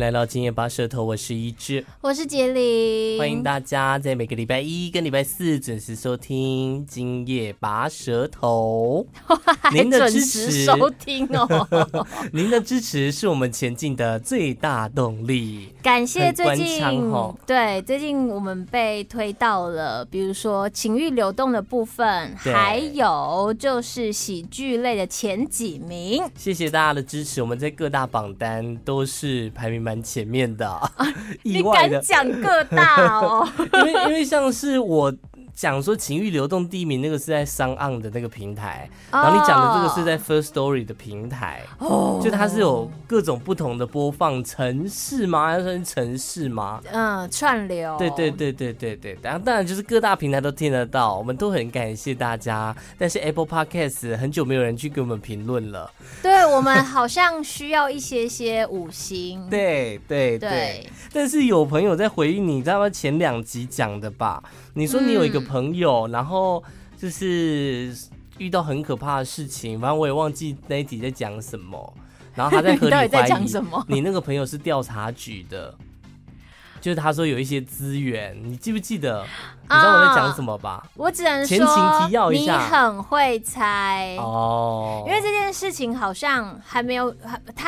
来到今夜拔舌头，我是一只， 我是杰林， 欢迎大家在每个礼拜一跟礼拜四准时收听今夜拔舌头。您的支持收听哦， 您的支持是我们前进的最大动力。 感谢最近对最近我们被推到了，比如说情欲流动的部分，还有就是喜剧类的前几名。 谢谢大家的支持，我们在各大榜单都是排名蛮前面的，意外的。 你敢讲各大哦？ 因为像是我讲说情欲流动第一名那个是在SoundOn的那个平台，然后你讲的这个是在 First Story 的平台，就它是有各种不同的播放城市吗？要算城市吗？ 串流。 对，然后当然就是各大平台都听得到，我们都很感谢大家。但是 Apple Podcast 很久没有人去给我们评论了， 对我们好像需要一些五星。 对，但是有朋友在回应你，知道吗？前2集讲的吧？你说你有一个朋友，然后就是遇到很可怕的事情，反正我也忘记那一集在讲什么。然后他在合理怀疑你那个朋友是调查局的，就是他说有一些资源，你记不记得？你知道我在讲什么吧？ 我只能说前情提要一下， 你很会猜哦。 因为这件事情好像还没有，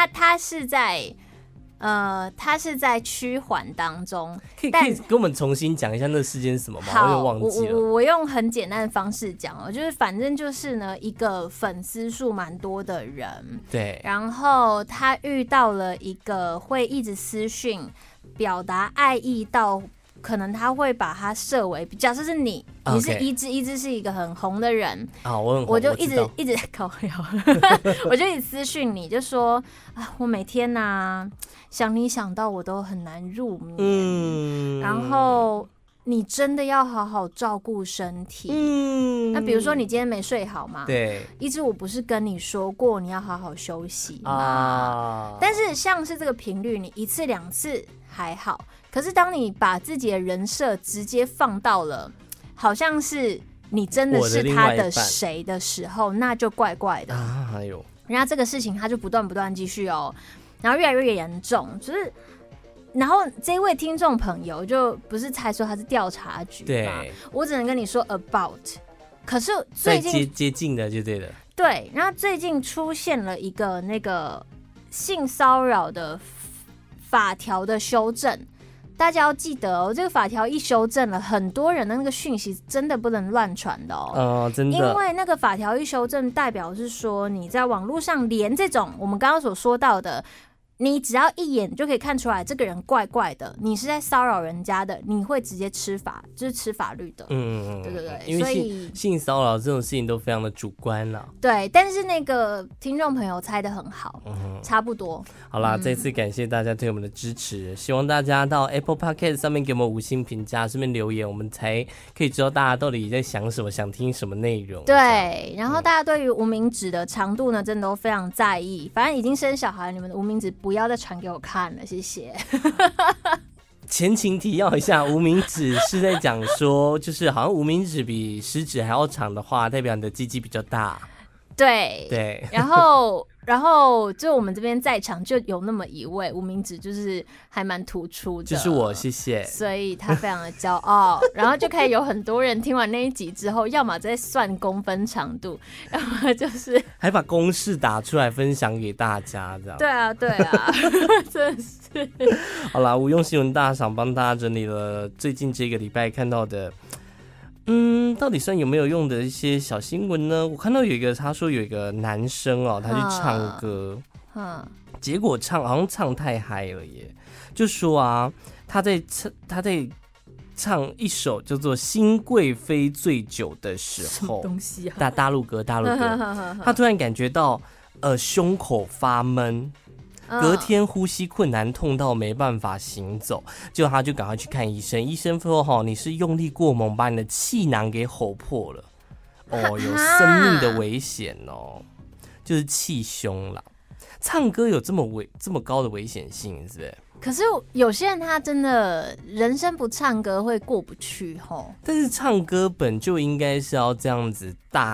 他是在趋缓当中， 可以跟我们重新讲一下那个事件是什么吗？我有忘记了。 我用很简单的方式讲哦，就是反正就是呢，一个粉丝数蛮多的人， 对， 然后他遇到了一个会一直私讯表达爱意到。可能他会把他设为，假设是你是一只是一个很红的人啊，我就一直靠腰，我就一直私讯你，就说啊，我每天想你想到我都很难入眠，然后你真的要好好照顾身体，那比如说你今天没睡好嘛， 对， 一直我不是跟你说过你要好好休息嘛，但是像是这个频率，你1次2次还好。可是当你把自己的人设直接放到了好像是你真的是他的谁的时候，那就怪怪的啊！哎呦，人家这个事情他就不断继续哦，然后越来越严重，就是然后这位听众朋友就不是猜说他是调查局嘛，我只能跟你说 about， 可是最近接近的就对了， 对，然后最近出现了一个那个性骚扰的法条的修正。大家要记得哦，这个法条一修正了，很多人的那个讯息真的不能乱传的哦。真的，因为那个法条一修正，代表是说你在网络上连这种我们刚刚所说到的，你只要一眼就可以看出来这个人怪怪的，你是在骚扰人家的，你会直接就是吃法律的。对， 因为性骚扰这种事情都非常的主观啦。 对，但是那个听众朋友猜得很好，差不多。 好啦，这次感谢大家对我们的支持，希望大家到 Apple Podcast 上面给我们5星评价，顺便留言，我们才可以知道大家到底在想什么，想听什么内容。 对，然后大家对于无名指的长度呢，真的都非常在意。反正已经生小孩，你们的无名指不要再传给我看了，谢谢。 前情提要一下，无名指是在讲说，就是好像无名指比食指还要长的话，代表你的鸡鸡比较大。对，然后就我们这边在场就有那么一位无名指，就是还蛮突出的， 就是我，谢谢。 所以他非常的骄傲，然后就可以有很多人听完那一集之后，要么在算公分长度，要么就是还把公式打出来分享给大家，这样。 对啊，真的是。 好啦，无用新闻大赏帮大家整理了最近这个礼拜看到的。到底算有没有用的一些小新闻呢？我看到他说有一个男生他去唱歌，结果好像唱太嗨了耶，就说他在唱一首叫做《新贵妃醉酒》的时候， 什么东西大陆歌，他突然感觉到胸口发闷。隔天呼吸困难，痛到没办法行走，结果他就赶快去看医生。医生说你是用力过猛，把你的气囊给吼破了，有生命的危险就是气胸啦。唱歌有这么高的危险性，是不是？ 可是有些人他真的人生不唱歌会过不去吼。 但是唱歌本就应该是要这样子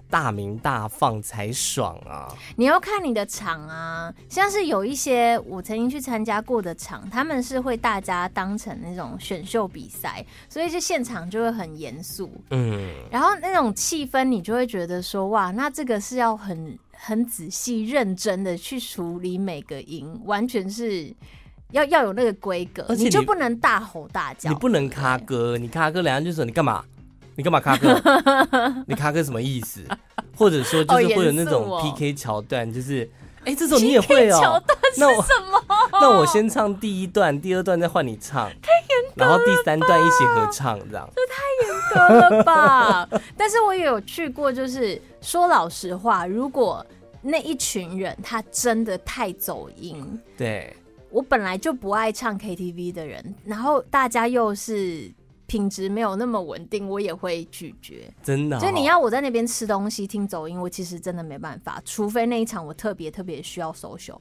大鸣大放才爽啊。 你要看你的场啊，像是有一些我曾经去参加过的场，他们是会大家当成那种选秀比赛，所以就现场就会很严肃，然后那种气氛你就会觉得说，哇，那这个是要很仔细认真的去处理每个音，完全是要有那个规格，你就不能大吼大叫， 你不能卡歌，你卡歌人家就说你干嘛？你干嘛卡歌？你卡歌什么意思？或者说就是会有那种 PK 桥段，就是这首你也会哦。 桥段是什么？ 那我先唱第一段，第二段再换你唱，太严格了，然后第三段一起合唱，这样。 这太严格了吧？但是我也有去过，就是说老实话，如果那一群人他真的太走音， 对， 我本来就不爱唱 KTV 的人，然后大家又是品质没有那么稳定，我也会拒绝。 真的， 就你要我在那边吃东西听走音，我其实真的没办法，除非那一场我特别需要 social。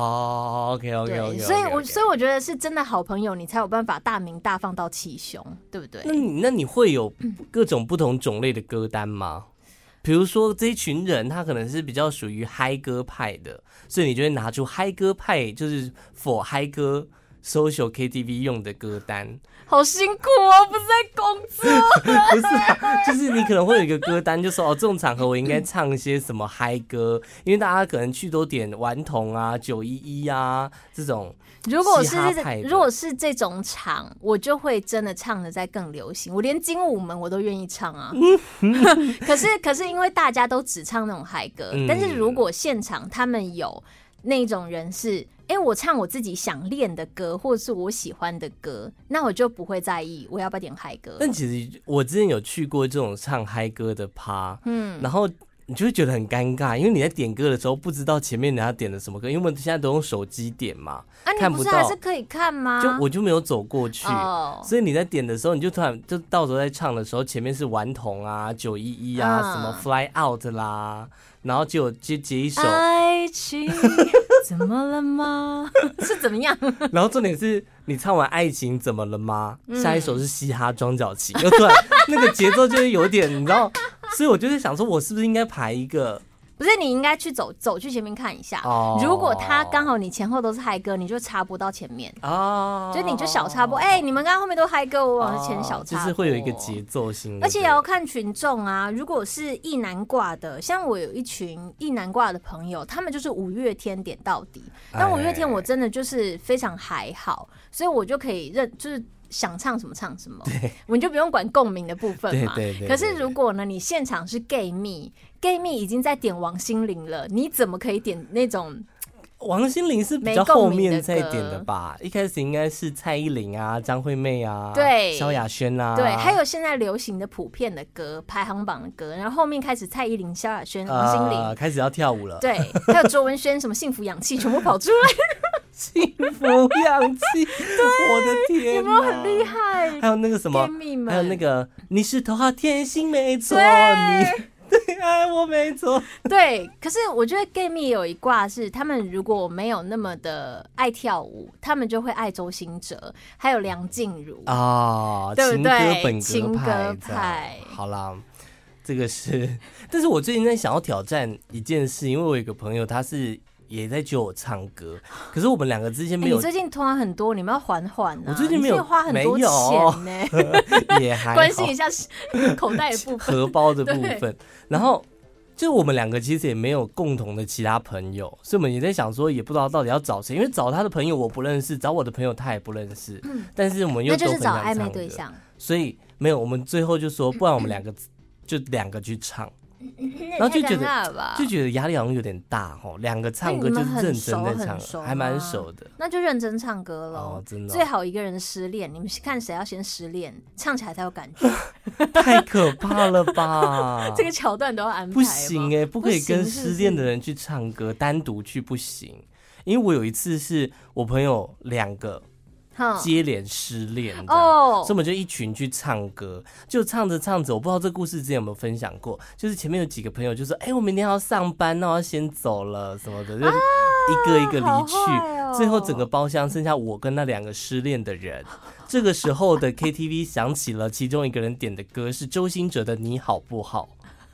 OK， 所以我觉得是真的好朋友，你才有办法大鸣大放到气胸，对不对？ 那你会有各种不同种类的歌单吗？比如说这一群人他可能是比较属于嗨歌派的，所以你就会拿出嗨歌派，就是 for 嗨歌 social KTV 用的歌单。 好辛苦哦，不是在工作。 不是，就是你可能会有一个歌单，就说这种场合我应该唱一些什么嗨歌，因为大家可能去都点顽童啊、911啊这种。如果是这种场，我就会真的唱的再更流行，我连精武门我都愿意唱啊。可是因为大家都只唱那种嗨歌，但是如果现场他们有那种人是我唱我自己想练的歌，或者是我喜欢的歌，那我就不会在意我要不要点嗨歌。 但其实我之前有去过这种唱嗨歌的趴，然后你就会觉得很尴尬，因为你在点歌的时候不知道前面人家点的什么歌，因为我们现在都用手机点嘛， 你不是还是可以看吗？ 我就没有走过去，所以你在点的时候，你就突然就到时候在唱的时候，前面是顽童啊、911啊、什么 Fly Out 啦，然后就接一首爱情怎么了吗？是怎么样？ 然后重点是你唱完爱情怎么了吗？下一首是嘻哈装脚旗，又突然那个节奏就是有点，你知道，所以我就是想说，我是不是应该排一个？ 不是，你应该去走去前面看一下。如果他刚好你前后都是嗨歌，你就插播到前面。就你就小插播。你们刚刚后面都嗨歌，我往前小插播。 就是会有一个节奏性的。 而且也要看群众啊。如果是意难挂的，像我有一群意难挂的朋友，他们就是5月天点到底。但5月天我真的就是非常还好，所以我就可以就是想唱什么唱什么，我们就不用管共鸣的部分嘛。可是如果呢，你现场是 gay 蜜已经在点王心凌了，你怎么可以点那种？ 王心凌是比较后面再点的吧？一开始应该是蔡依林啊、张惠妹啊、 对、 萧亚轩啊， 对，还有现在流行的普遍的歌、排行榜的歌，然后后面开始蔡依林、萧亚轩、王心凌开始要跳舞了。 对，还有周文轩什么幸福氧气全部跑出来。 幸福氧气，我的天， 有没有很厉害？ 还有那个什么，还有那个你是头号天星没错，你对爱我没错。 对，可是我觉得 gay 蜜有一挂是，他们如果没有那么的爱跳舞，他们就会爱周兴哲，还有梁静茹啊， 对不对？ 情歌派。好啦，这个是，但是我最近在想要挑战一件事，因为我有一个朋友，他是也在教我唱歌，可是我们两个之间没有。 你最近花很多，你们要缓缓啊！ 我最近没有花很多钱呢， 也还好关心一下口袋的部分、 荷包的部分。然后就是我们两个其实也没有共同的其他朋友，所以我们也在想说，也不知道到底要找谁，因为找他的朋友我不认识，找我的朋友他也不认识。但是我们又都很想唱歌， 那就是找暧昧对象。 所以没有，我们最后就说，不然我们两个去唱。然后就觉得压力好像有点大哦，两个唱歌就是认真在唱，还蛮熟的， 那就认真唱歌咯。 真的， 最好一个人失恋，你们看谁要先失恋，唱起来才有感觉。 太可怕了吧！ 这个桥段都要安排， 不行不可以跟失恋的人去唱歌，单独去不行。因为我有一次是我朋友2个。接连失恋，所以我们就一群去唱歌，就唱着唱着，我不知道这故事之前有没有分享过，就是前面有几个朋友就说：“我明天要上班，那我要先走了什么的，就一个一个离去，最后整个包厢剩下我跟那2个失恋的人。这个时候的 KTV 响起了其中一个人点的歌是周兴哲的《你好不好》。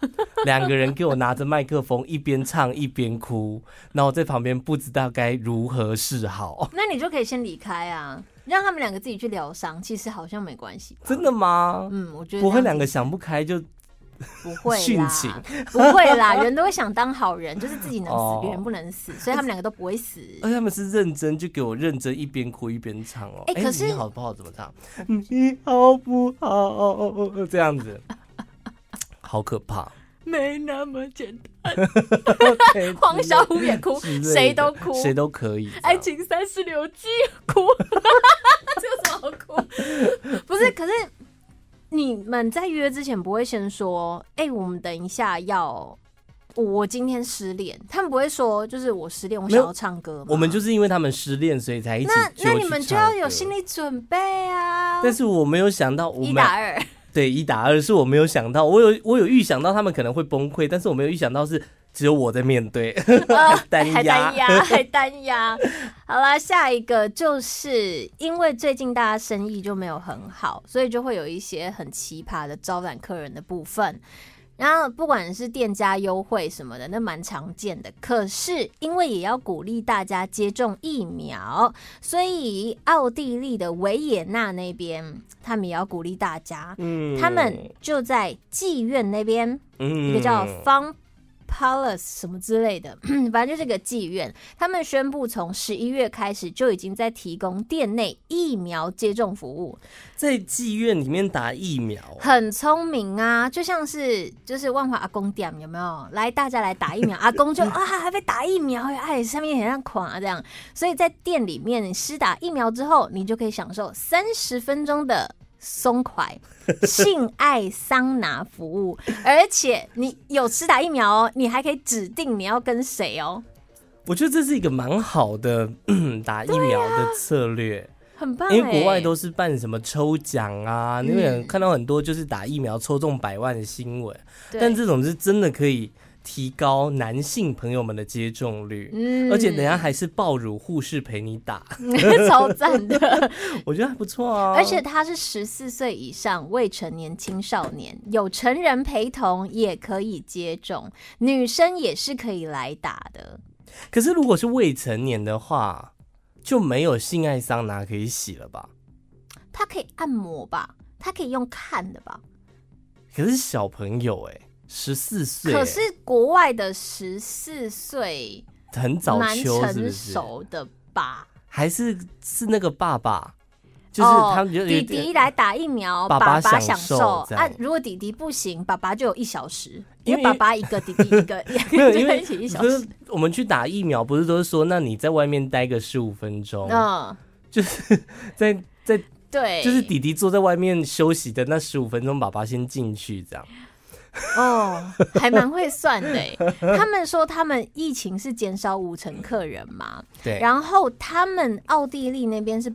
2个人给我拿着麦克风一边唱一边哭，然后我在旁边不知道该如何是好。 那你就可以先离开啊，让他们2个自己去疗伤，其实好像没关系。 真的吗？ 我觉得不会2个想不开就不会殉情， 不会啦，人都会想当好人，就是自己能死，别人不能死，所以他们2个都不会死。 而且他们是认真，就给我认真一边哭一边唱哦。 可是你好不好怎么唱？你好不好？这样子，好可怕。 没那么简单。黄小琥也哭，谁都哭， 谁都可以。 爱情36计哭，这有什么好哭？不是，可是你们在约之前不会先说，我们等一下我今天失恋，他们不会说就是我失恋，我想要唱歌吗？ 我们就是因为他们失恋，所以才一起那你们就要有心理准备啊。 但是我没有想到 1打2。 对，1打2是我没有想到，我有预想到他们可能会崩溃，但是我没有预想到是只有我在面对， 还单压。好啦，下一个就是因为最近大家生意就没有很好，所以就会有一些很奇葩的招揽客人的部分。然后不管是店家优惠什么的，那蛮常见的。可是因为也要鼓励大家接种疫苗，所以奥地利的维也纳那边，他们也要鼓励大家。他们就在妓院那边，一个叫方Palace 什么之类的，反正就是个妓院。他们宣布从11月开始就已经在提供店内疫苗接种服务， 在妓院里面打疫苗， 很聪明啊！就像是就是万华阿公店有没有？来，大家来打疫苗，阿公就还被打疫苗呀，上面很像狂啊这样。所以在店里面，你施打疫苗之后，你就可以享受30分钟的松快性爱桑拿服务，而且你有施打疫苗哦，你还可以指定你要跟谁哦。 我觉得这是一个蛮好的打疫苗的策略， 很棒。 因为国外都是办什么抽奖啊，你会看到很多就是打疫苗抽中100万的新闻，但这种是真的可以提高男性朋友们的接种率，而且等一下还是爆乳护士陪你打， 超赞的， 我觉得还不错啊。 而且他是14岁以上未成年青少年，有成人陪同也可以接种，女生也是可以来打的。 可是如果是未成年的话，就没有性爱桑拿可以洗了吧？ 他可以按摩吧，他可以用看的吧？ 可是小朋友14岁， 可是国外的14岁很早秋， 蛮成熟的吧？ 还是那个爸爸，就是他们弟弟来打疫苗，爸爸享受啊。如果弟弟不行，爸爸就有1小时，因为爸爸一个，弟弟一个，2个就在一起1小时。 我们去打疫苗，不是都是说，那你在外面待个15分钟，就是在对， 就是弟弟坐在外面休息的那15分钟，爸爸先进去这样。 还蛮会算的耶。他们说他们疫情是减少50%客人嘛， 对， 然后他们奥地利那边是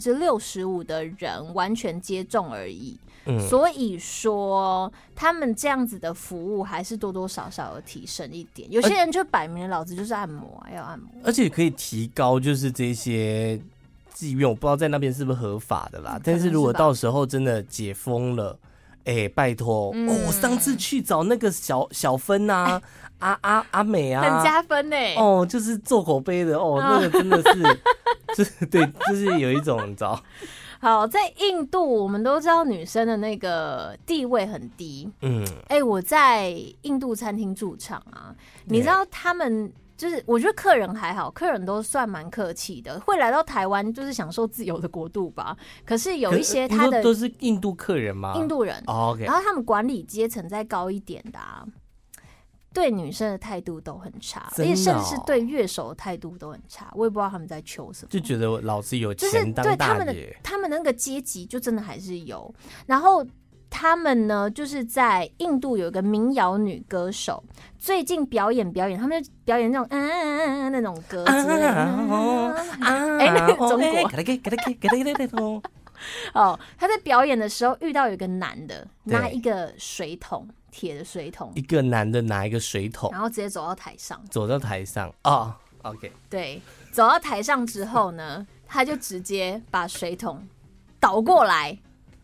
65%的人完全接种而已，所以说他们这样子的服务还是多多少少有提升一点。有些人就摆明了老子就是按摩要按摩， 而且可以提高就是这些妓院，我不知道在那边是不是合法的啦，但是如果到时候真的解封了。拜托，我上次去找那个小芬啊，阿美啊， 很加分呢。 就是做口碑的那个真的是，就是对，就是有一种你知道。 好，在印度我们都知道女生的那个地位很低。我在印度餐厅驻场啊，你知道他们。就是我觉得客人还好，客人都算蛮客气的，会来到台湾就是享受自由的国度吧。可是有一些他的都是印度客人吗？ 印度人 ，OK。 然后他们管理阶层再高一点的对女生的态度都很差，而且甚至是对乐手的态度都很差。我也不知道他们在求什么， 就觉得老子有钱当大爷。 对他们那个阶级就真的还是有。然后他们呢，就是在印度有一个民谣女歌手，最近表演，他们就表演那种那种歌之类的。那个中国。他在表演的时候遇到有一个男的拿一个水桶，铁的水桶， 一个男的拿一个水桶， 然后直接走到台上 OK， 对，走到台上之后呢，他就直接把水桶倒过来。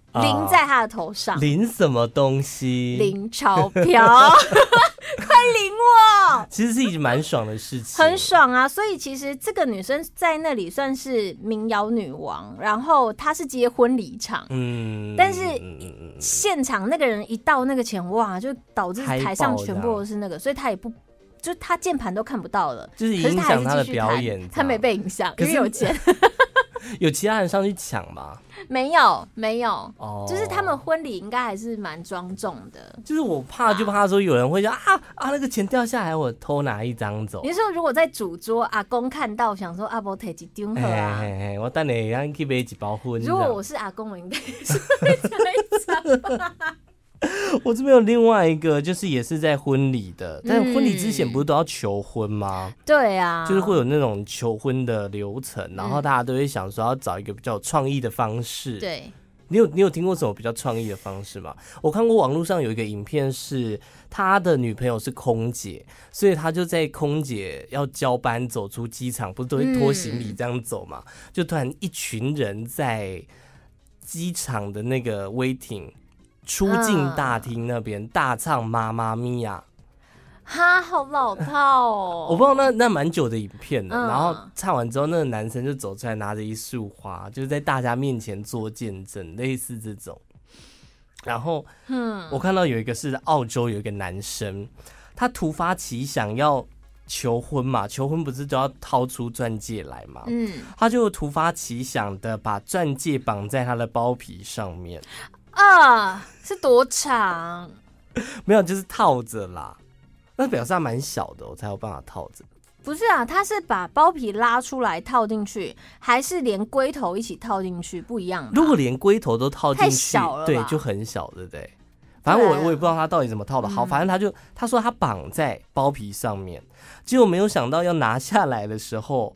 淋在他的头上。 淋什么东西？ 淋钞票。快淋我！ 其实是一件蛮爽的事情， 很爽啊！所以其实这个女生在那里算是民谣女王，然后她是接婚礼场，但是现场那个人一到那个前，哇，就导致台上全部都是那个，所以她也不。就他键盘都看不到了， 就是影响他的表演。 他没被影响，因为有钱。 有其他人上去抢吗？ 没有，就是他们婚礼应该还是蛮庄重的。 就是我怕说有人会说那个钱掉下来，我偷拿一张走。 你说如果在主桌阿公看到，想说阿伯提几张好啊， 我等你让去买一包婚。 如果我是阿公，我应该是会抢一张吧。 我这边有另外一个，就是也是在婚礼的，但婚礼之前不是都要求婚吗？ 对啊， 就是会有那种求婚的流程，然后大家都会想说要找一个比较有创意的方式。 对， 你有听过什么比较创意的方式吗？我看过网络上有一个影片，是他的女朋友是空姐，所以他就在空姐要交班走出机场，不是都会拖行李这样走嘛？就突然一群人在机场的那个waiting。出境大厅那边大唱妈妈咪呀， 哈，好老套哦！ 我不知道那蛮久的影片了。然后唱完之后，那个男生就走出来，拿着一束花，就是在大家面前做见证，类似这种。然后，我看到有一个是澳洲有一个男生，他突发奇想要求婚嘛，求婚不是都要掏出钻戒来嘛？他就突发奇想的把钻戒绑在他的包皮上面。 是多长？ 没有，就是套着啦。那表示它蛮小的，我才有办法套着。 不是啊，他是把包皮拉出来套进去，还是连龟头一起套进去？不一样吧。 如果连龟头都套进去， 太小了吧， 对，就很小，对不对？反正我也不知道他到底怎么套的好，反正他说他绑在包皮上面，结果没有想到要拿下来的时候，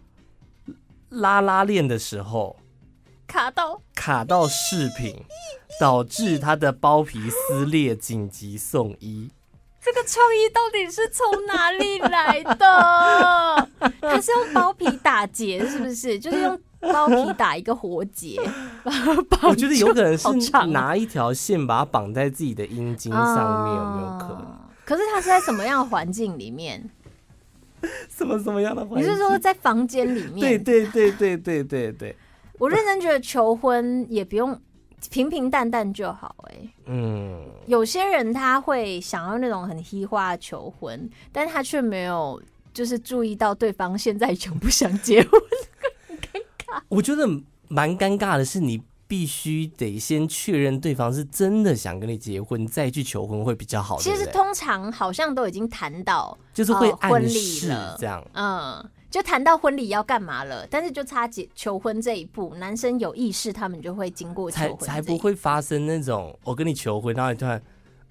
拉链的时候卡到饰品。导致他的包皮撕裂，紧急送医。 这个创意到底是从哪里来的？他是用包皮打结，是不是？就是用包皮打一个活结。 我觉得有可能是拿一条线把它绑在自己的阴茎上面，有没有可能？ 可是他是在什么样的环境里面？ 什么样的环境？ 你是说在房间里面？ 对。我认真觉得求婚也不用。平平淡淡就好有些人他会想要那种很嘻哈的求婚，但他却没有就是注意到对方现在想不想结婚，很尴尬。 我觉得蛮尴尬的是，你必须得先确认对方是真的想跟你结婚，再去求婚会比较好。 其实通常好像都已经谈到， 就是会暗示这样， 就谈到婚礼要干嘛了，但是就差求婚这一步，男生有意识，他们就会经过求婚才不会发生那种我跟你求婚，然后你突然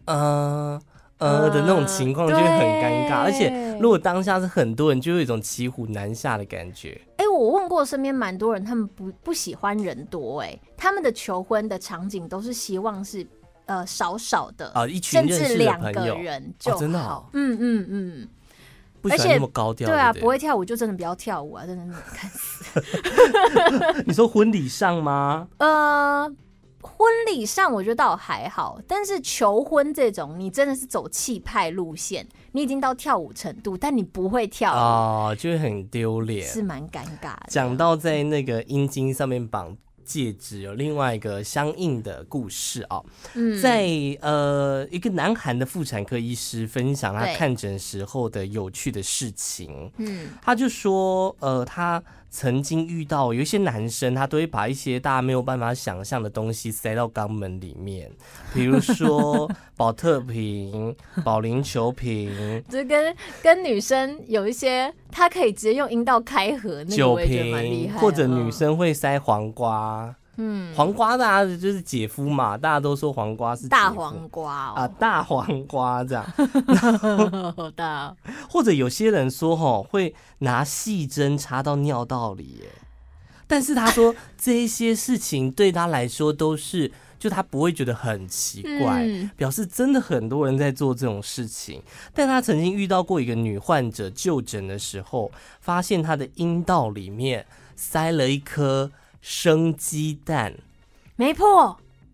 的那种情况，就会很尴尬。而且如果当下是很多人，就有一种骑虎难下的感觉。 我问过身边蛮多人，他们不喜欢人多，他们的求婚的场景都是希望是少少的一群认识的朋友， 甚至2个人就好。 真的好。 不喜欢那么高调， 对啊，不会跳舞就真的不要跳舞啊，真的看死。 你说婚礼上吗？ 婚礼上我觉得倒还好，但是求婚这种，你真的是走气派路线，你已经到跳舞程度，但你不会跳舞就会很丢脸， 是蛮尴尬的。 讲到在那个阴茎上面绑戒指，有另外一个相应的故事在一个南韩的妇产科医师分享他看诊时候的有趣的事情。他就说他曾经遇到有一些男生，他都会把一些大家没有办法想象的东西塞到肛门里面，比如说保特瓶、保龄球瓶， 就跟女生有一些，他可以直接用阴道开合，那个我也觉得蛮厉害。 或者女生会塞黄瓜。黄瓜大家就是姐夫嘛，大家都说黄瓜是姐夫大黄瓜大黄瓜这样。 好大。 或者有些人说会拿细针插到尿道里耶，但是他说这些事情对他来说都是，就他不会觉得很奇怪，表示真的很多人在做这种事情。但他曾经遇到过一个女患者就诊的时候，发现她的阴道里面塞了一颗生鸡蛋。 没破，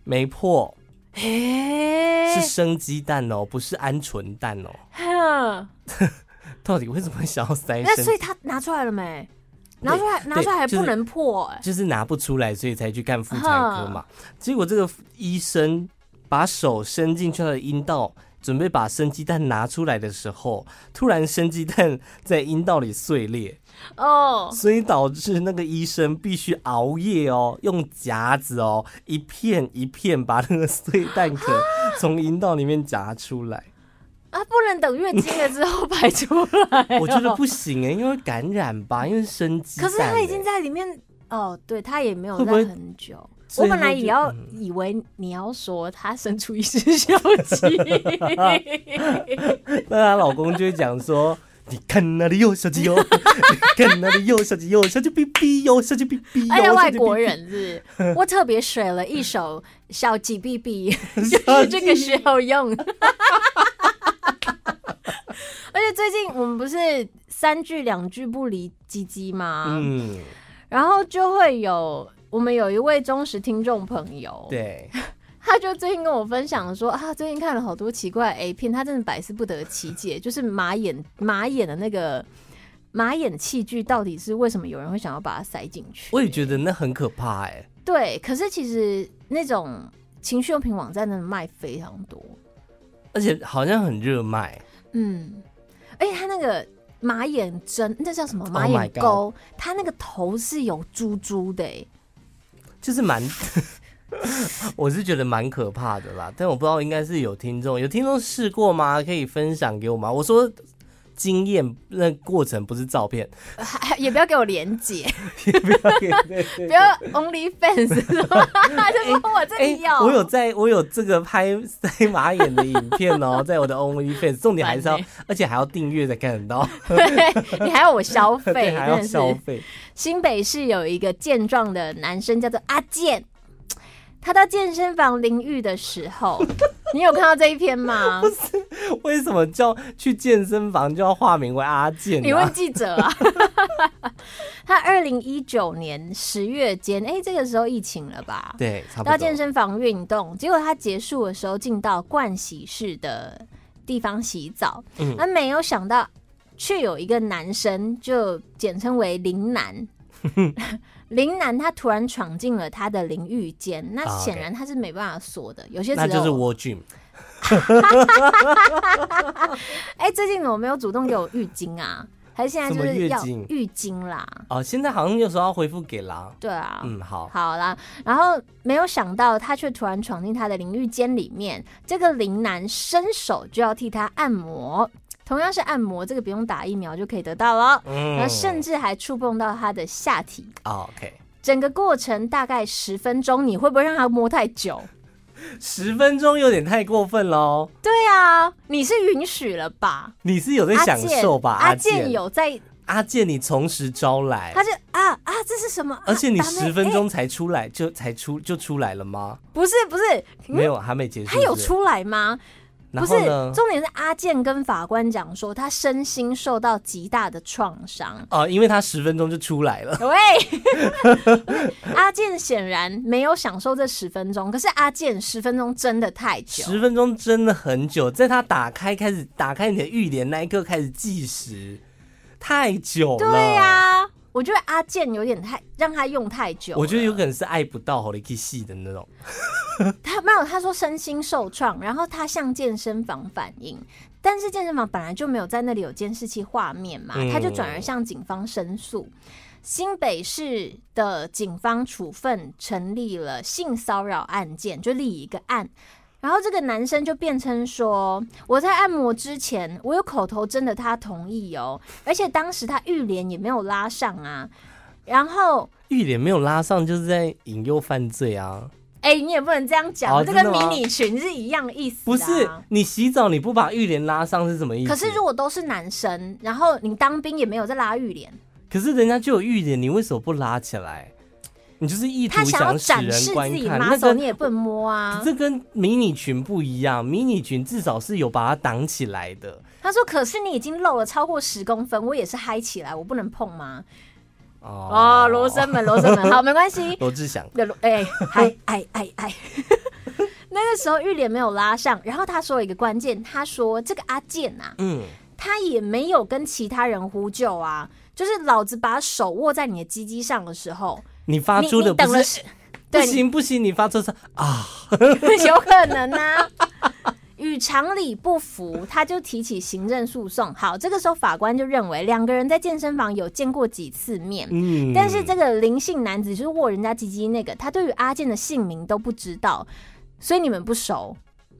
没破，是生鸡蛋哦，不是鹌鹑蛋哦。到底为什么想要塞生？ 那所以他拿出来了没？拿出来还不能破， 就是拿不出来，所以才去看妇产科嘛。结果这个医生把手伸进去他的阴道，准备把生鸡蛋拿出来的时候，突然生鸡蛋在阴道里碎裂所以导致那个医生必须熬夜用夹子一片一片把那个碎蛋壳从阴道里面夹出来。 不能等月经了之后排出来我觉得不行因为感染吧，因为生鸡蛋。 可是他已经在里面对，他也没有在很久。我本来也要以为你要说他生出一只小鸡那她老公就会讲说，你看那里有小鸡你看那里有小鸡小鸡哔哔哟，小鸡哔哔哟。 而且外国人是我特别水了一首小鸡哔哔就是这个时候用而且最近我们不是3句2句不离鸡鸡吗？然后就会我们有一位忠实听众朋友， 对， 他就最近跟我分享说最近看了好多奇怪的 A 片，他真的百思不得其解，就是马眼的那个马眼器具到底是为什么有人会想要把它塞进去？ 我也觉得那很可怕对，可是其实那种情趣用品网站真的卖非常多， 而且好像很热卖。 而且他那个马眼针，那叫什么马眼钩，他那个头是有珠珠的就是我是觉得蛮可怕的啦，但我不知道应该是有听众试过吗？可以分享给我吗？我说经验那过程不是照片， 也不要给我连结也不要给不要 OnlyFans 就说我这里有我有这个拍塞马眼的影片在我的 OnlyFans， 重点还是要而且还要订阅才看得到对，你还要我消费对，还要消费。 新北市有一个健壮的男生叫做阿健，他到健身房淋浴的时候你有看到这一篇吗？ 不是，为什么叫去健身房就要化名为阿健你问记者啊他2019年10月间这个时候疫情了吧？ 对，差不多到健身房运动，结果他结束的时候进到盥洗室的地方洗澡，那没有想到却有一个男生，就简称为林男林男他突然闯进了他的淋浴间，那显然他是没办法锁的，有些那就是蜗菌最近有没有主动给我浴巾啊？还是现在就是要浴巾啦？ 现在好像有时候要恢复给啦。 对啊，好啦。然后没有想到他却突然闯进他的淋浴间里面，这个林男伸手就要替他按摩。同样是按摩，这个不用打疫苗就可以得到了，然后甚至还触碰到他的下体。 OK， 整个过程大概10分钟，你会不会让他摸太久 ？10分钟有点太过分咯。 对啊，你是允许了吧？ 你是有在享受吧？ 阿健有在。 阿健，你从实招来， 他就这是什么？ 而且你10分钟才出来，就出来了吗？ 不是， 没有，还没结束。 他有出来吗？ 不是， 重点是阿健跟法官讲说，他身心受到极大的创伤因为他10分钟就出来了。 喂，阿健显然没有享受这10分钟，可是阿健10分钟真的太久 ，10分钟真的很久，在他开始打开你的浴帘那一刻开始计时，太久了。 对啊，我觉得阿健有点让他用太久了， 我觉得有可能是爱不到好力气的那种。 他没有，他说身心受创，然后他向健身房反映，但是健身房本来就没有在那里有监视器画面嘛，他就转而向警方申诉。新北市的警方处分成立了性骚扰案件，就立一个案。然后这个男生就辩称说，我在按摩之前，我有口头真的他同意而且当时他浴帘也没有拉上啊。然后浴帘没有拉上就是在引诱犯罪啊。 你也不能这样讲，这跟迷你裙是一样的意思啊。 不是，你洗澡你不把浴帘拉上是什么意思？ 可是如果都是男生，然后你当兵也没有在拉浴帘， 可是人家就有浴帘，你为什么不拉起来？你就是意图想使人观看， 他想要展示自己马手，你也不能摸啊。 这跟迷你裙不一样，迷你裙至少是有把它挡起来的。 他说：“可是你已经露了超过10公分，我也是嗨起来，我不能碰吗？”罗生门，好，没关系。 罗志祥， 嗨， 那个时候玉莲没有拉上，然后他说了一个关键，他说这个阿健啊，他也没有跟其他人呼救啊，就是老子把手握在你的鸡鸡上的时候， 你发出的不是不行，你发出是啊， 有可能啊。与常理不符，他就提起行政诉讼。好，这个时候法官就认为两个人在健身房有见过几次面，但是这个林姓男子就是握人家鸡鸡那个，他对于阿健的姓名都不知道，所以你们不熟。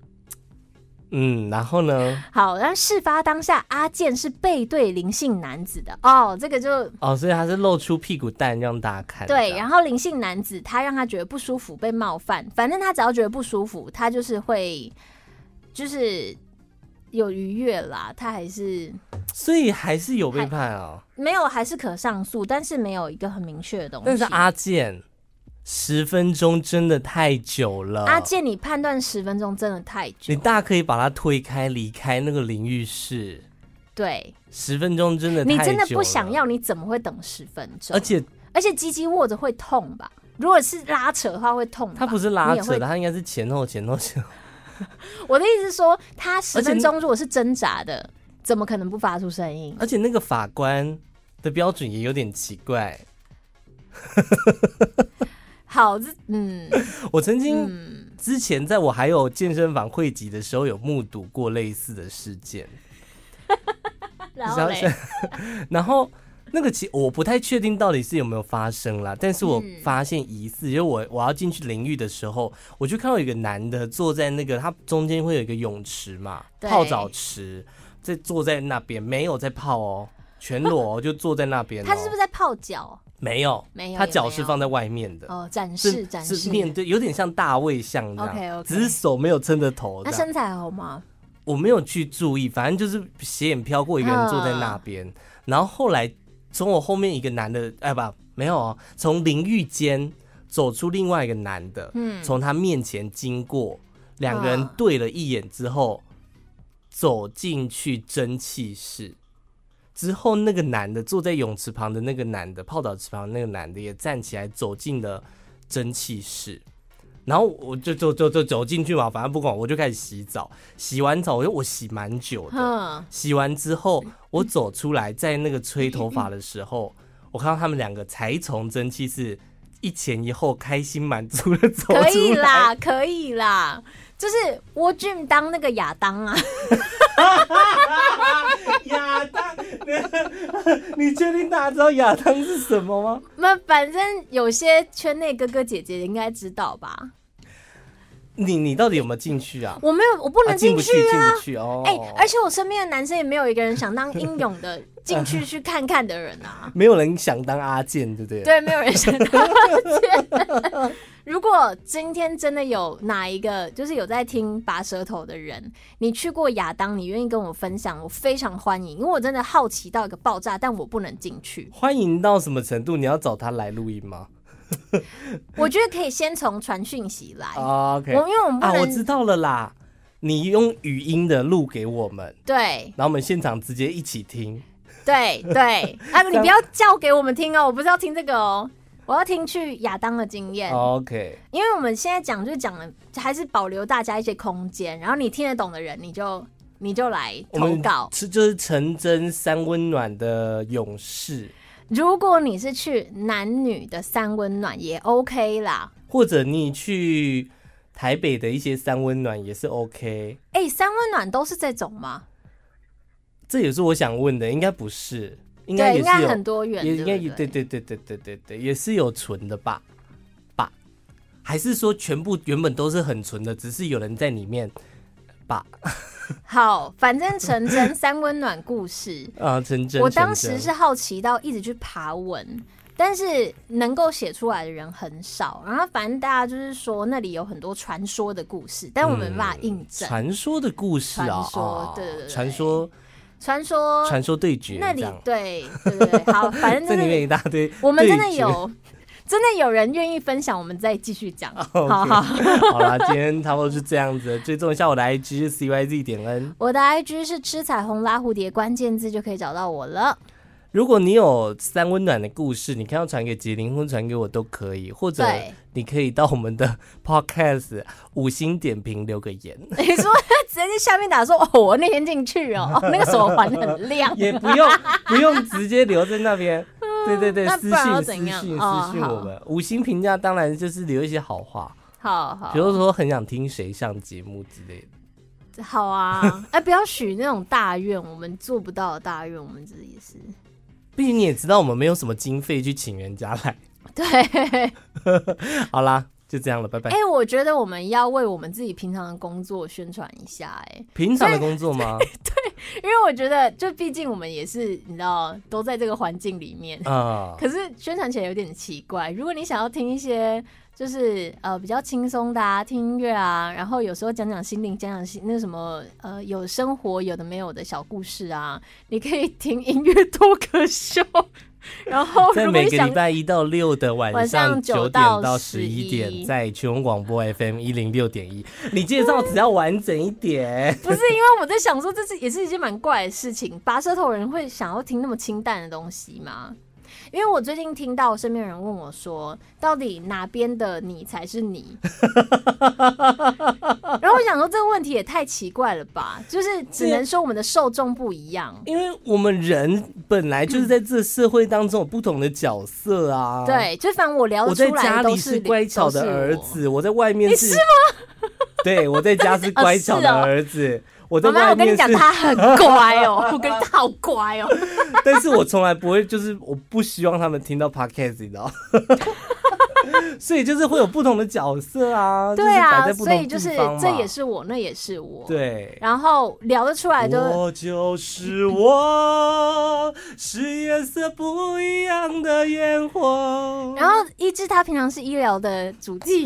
然后呢？ 好，然后事发当下，阿健是背对林姓男子的这个就所以他是露出屁股蛋让大家看。 对，然后林姓男子他让他觉得不舒服，被冒犯，反正他只要觉得不舒服，他就是会。就是有逾越啦，他还是， 所以还是有被判啊？ 没有，还是可上诉，但是没有一个很明确的东西。 但是阿健10分钟真的太久了， 阿健你判断10分钟真的太久， 你大可以把他推开，离开那个淋浴室。 对 ，10分钟真的太久了， 你真的不想要，你怎么会等10分钟？而且鸡鸡握着会痛吧？如果是拉扯的话会痛吧？ 他不是拉扯的，他应该是前后。 我的意思是说，他10分钟如果是挣扎的，怎么可能不发出声音？ 而且那个法官的标准也有点奇怪。 好， 我曾经之前在我还有健身房会籍的时候，有目睹过类似的事件。然后那个我不太确定到底是有没有发生啦，但是我发现疑似，因为我要进去淋浴的时候，我就看到有一个男的坐在那个，他中间会有一个泳池嘛，泡澡池，坐在那边，没有在泡全裸就坐在那边。 他是不是在泡脚？ 没有，他脚是放在外面的展示是面对，有点像大卫像这样， OK， 只是手没有撑着头。 那身材好吗？ 我没有去注意，反正就是斜眼飘过一个人坐在那边，然后后来。从我后面一个男的，没有从淋浴间走出另外一个男的，从他面前经过，两个人对了一眼之后，走进去蒸汽室。之后那个男的坐在泳池旁的那个男的，泡澡池旁的那个男的也站起来走进了蒸汽室。然后我就走进去嘛，反正不管，我就开始洗澡。洗完澡，我洗蛮久的。洗完之后，我走出来，在那个吹头发的时候，我看到他们两个才从蒸汽室一前一后，开心满足的走出来。 可以啦，就是沃俊当那个亚当啊。 亚当，你确定大家知道亚当是什么吗？ 那反正有些圈内哥哥姐姐应该知道吧。 你到底有没有进去啊？ 我没有，我不能进去啊！ 进不去哦。 而且我身边的男生也没有一个人想当英勇的进去看看的人啊。 没有人想当阿健，对不对？ 对，没有人想当阿健。如果今天真的有哪一个就是有在听拔舌头的人，你去过亚当，你愿意跟我分享，我非常欢迎，因为我真的好奇到一个爆炸，但我不能进去。 欢迎到什么程度？你要找他来录音吗？ 我觉得可以先从传讯息来。 OK， 因为我们不能我知道了啦，你用语音的录给我们， 对， 然后我们现场直接一起听。 对，你不要叫给我们听哦，我不是要听这个哦。我要听去亚当的经验 ，OK， 因为我们现在讲就讲了，还是保留大家一些空间，然后你听得懂的人，你就来投稿， 就是成真三温暖的勇士。 如果你是去男女的三温暖也 OK 啦， 或者你去台北的一些三温暖也是 OK。 三温暖都是这种吗？ 这也是我想问的，应该不是。应该很多元， 应该对，也是有纯的吧？还是说全部原本都是很纯的，只是有人在里面吧？ 好，反正成真三温暖故事成真。 我当时是好奇到一直去爬文，但是能够写出来的人很少。然后反正大家就是说那里有很多传说的故事，但我们没办法印证。 传说的故事对， 传说对决那里对，好，反正这里面一大堆， 我们真的有人愿意分享，我们再继续讲。 好啦，今天差不多是这样子。追踪一下我的 IG 是 CYZ.N， 我的 IG 是吃彩虹拉蝴蝶，关键字就可以找到我了。 如果你有三温暖的故事，你看要传给杰林或传给我都可以，或者你可以到我们的 podcast 5星点评留个言。 你说直接在下面打说我那天进去那个手环很亮， 也不用直接留在那边。对，私讯我们5星评价，当然就是留一些好话。 好， 比如说很想听谁上节目之类的。 好啊，不要许那种大愿，我们做不到的大愿，我们自己是。 毕竟你也知道，我们没有什么经费去请人家来。 对， 好啦，就这样了，拜拜。 我觉得我们要为我们自己平常的工作宣传一下。 平常的工作吗？ 对，因为我觉得，就毕竟我们也是，你知道，都在这个环境里面可是宣传起来有点奇怪。如果你想要听一些就是比较轻松的听音乐啊，然后有时候讲心灵，讲那什么有生活有的没有的小故事啊，你可以听音乐脱口秀。然后在每个礼拜1到6的晚上9点到11点，在全国广播 FM 106.1，你介绍只要完整一点。 不是因为我在想说，这也是一件蛮怪的事情，拔舌头人会想要听那么清淡的东西吗？因为我最近听到身边人问我说，到底哪边的你才是你？然后我想说，这个问题也太奇怪了吧？就是只能说我们的受众不一样， 因为我们人本来就是在这社会当中有不同的角色啊。 对，就反正我聊得出来的都是， 我在家里是乖巧的儿子，我在外面是。 你是吗？ 对，我在家是乖巧的儿子。我在外面我跟你讲，他很乖我跟你讲他好乖但是我从来不会，就是我不希望他们听到 podcast， 你知道所以就是会有不同的角色啊。 对啊， 就是所以就是这也是我，那也是我。 对， 然后聊得出来就我就是我，是颜色不一样的烟火。 然后一志他平常是医疗的主题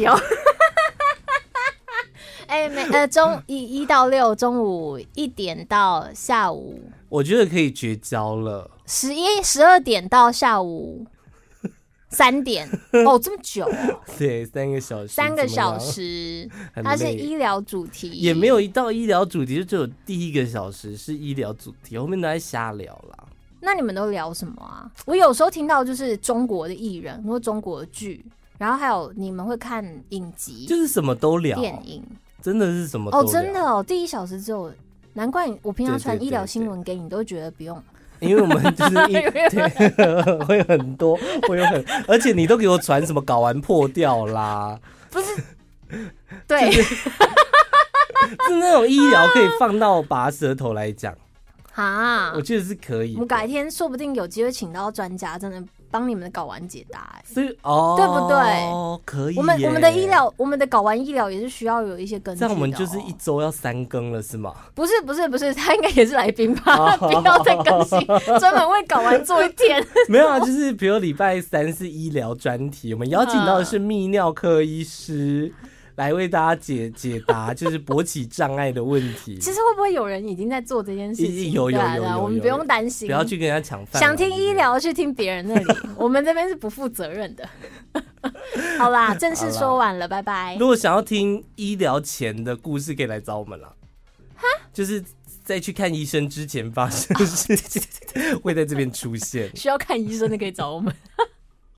中1到6中午1点到下午， 我觉得可以绝交了。 12点到下午3点这么久对，3个小时 ，3个小时，它是医疗主题， 也没有一到医疗主题，就只有第1个小时是医疗主题，后面都在瞎聊啦。 那你们都聊什么啊？我有时候听到就是中国的艺人或中国的剧，然后还有你们会看影集， 就是什么都聊， 电影。 真的是什么都聊真的第1小时只有，难怪我平常传医疗新闻给你，都会觉得不用， 因为我们就是对会很多，而且你都给我传什么睾丸破掉啦， 不是，对， 是那种医疗可以放到拔舌头来讲我觉得是可以的。 我们改天说不定有机会请到专家，真的帮你们的睾丸解答所以对不对？ 可以耶。 我们的医疗，我们的睾丸医疗也是需要有一些根据的。 这样我们就是1周要3更了，是吗？ 不是，他应该也是来宾吧？不要再更新，专门为睾丸做一天。 没有啊，就是比如礼拜3是医疗专题，我们邀请到的是泌尿科医师。来为大家解答就是勃起障碍的问题。 其实会不会有人已经在做这件事情？ 有， 我们不用担心， 不要去跟人家抢饭。 想听医疗去听别人那里，我们这边是不负责任的。好啦，正式说完了，拜拜。 如果想要听医疗前的故事，可以来找我们啦。就是在去看医生之前发生的事情，会在这边出现。 需要看医生的可以找我们。